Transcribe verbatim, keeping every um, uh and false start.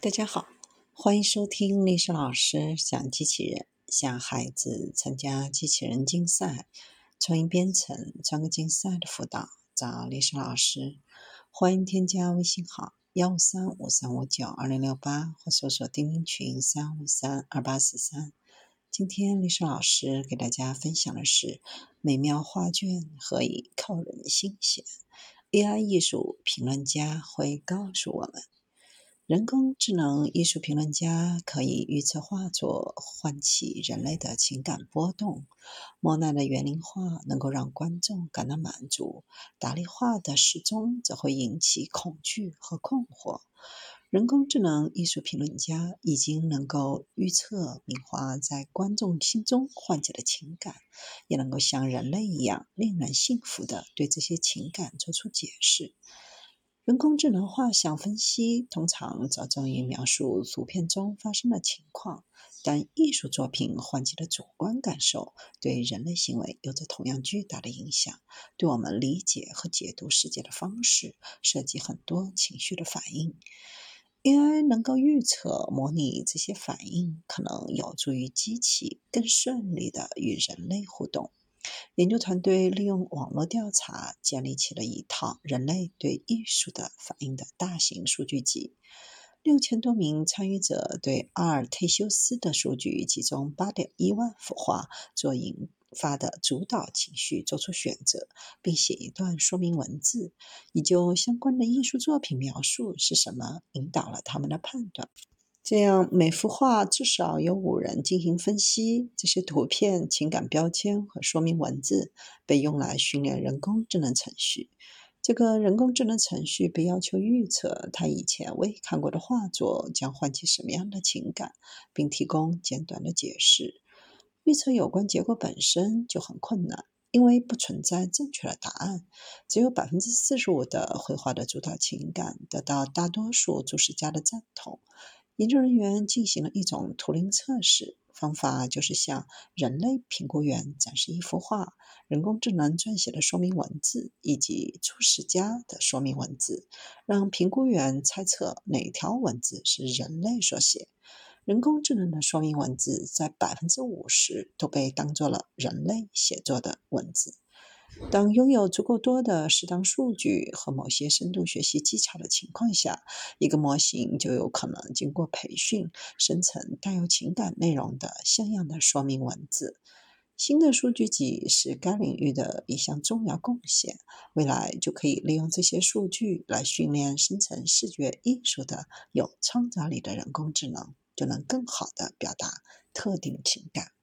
大家好，欢迎收听历史老师讲机器人，向孩子参加机器人竞赛、创意编程、创客竞赛的辅导，找历史老师。欢迎添加微信号幺三五三五九二零六八或搜索钉钉群三五三二八四三。今天历史老师给大家分享的是美妙画卷何以扣人心弦。A I 艺术评论家会告诉我们，人工智能艺术评论家可以预测画作，唤起人类的情感波动。莫奈的园林画能够让观众感到满足，达利画的失踪则会引起恐惧和困惑。人工智能艺术评论家已经能够预测名画在观众心中唤起的情感，也能够像人类一样令人信服地对这些情感做出解释。人工智能画像分析通常着重于描述图片中发生的情况，但艺术作品唤起的主观感受对人类行为有着同样巨大的影响，对我们理解和解读世界的方式涉及很多情绪的反应。A I 能够预测模拟这些反应，可能有助于机器更顺利地与人类互动。研究团队利用网络调查建立起了一套人类对艺术的反应的大型数据集。六千多名参与者对阿尔忒修斯的数据集中 八点一万幅画做引发的主导情绪做出选择，并写一段说明文字，以就相关的艺术作品描述是什么引导了他们的判断。这样每幅画至少有五人进行分析，这些图片、情感标签和说明文字被用来训练人工智能程序。这个人工智能程序被要求预测他以前未看过的画作将唤起什么样的情感，并提供简短的解释。预测有关结果本身就很困难，因为不存在正确的答案，只有 百分之四十五 的绘画的主导情感得到大多数注释家的赞同。研究人员进行了一种图灵测试，方法就是向人类评估员展示一幅画，人工智能撰写的说明文字以及注释家的说明文字，让评估员猜测哪条文字是人类所写。人工智能的说明文字在 百分之五十 都被当作了人类写作的文字。当拥有足够多的适当数据和某些深度学习技巧的情况下，一个模型就有可能经过培训，生成带有情感内容的像样的说明文字。新的数据集是该领域的一项重要贡献，未来就可以利用这些数据来训练生成视觉艺术的有创造力的人工智能，就能更好地表达特定情感。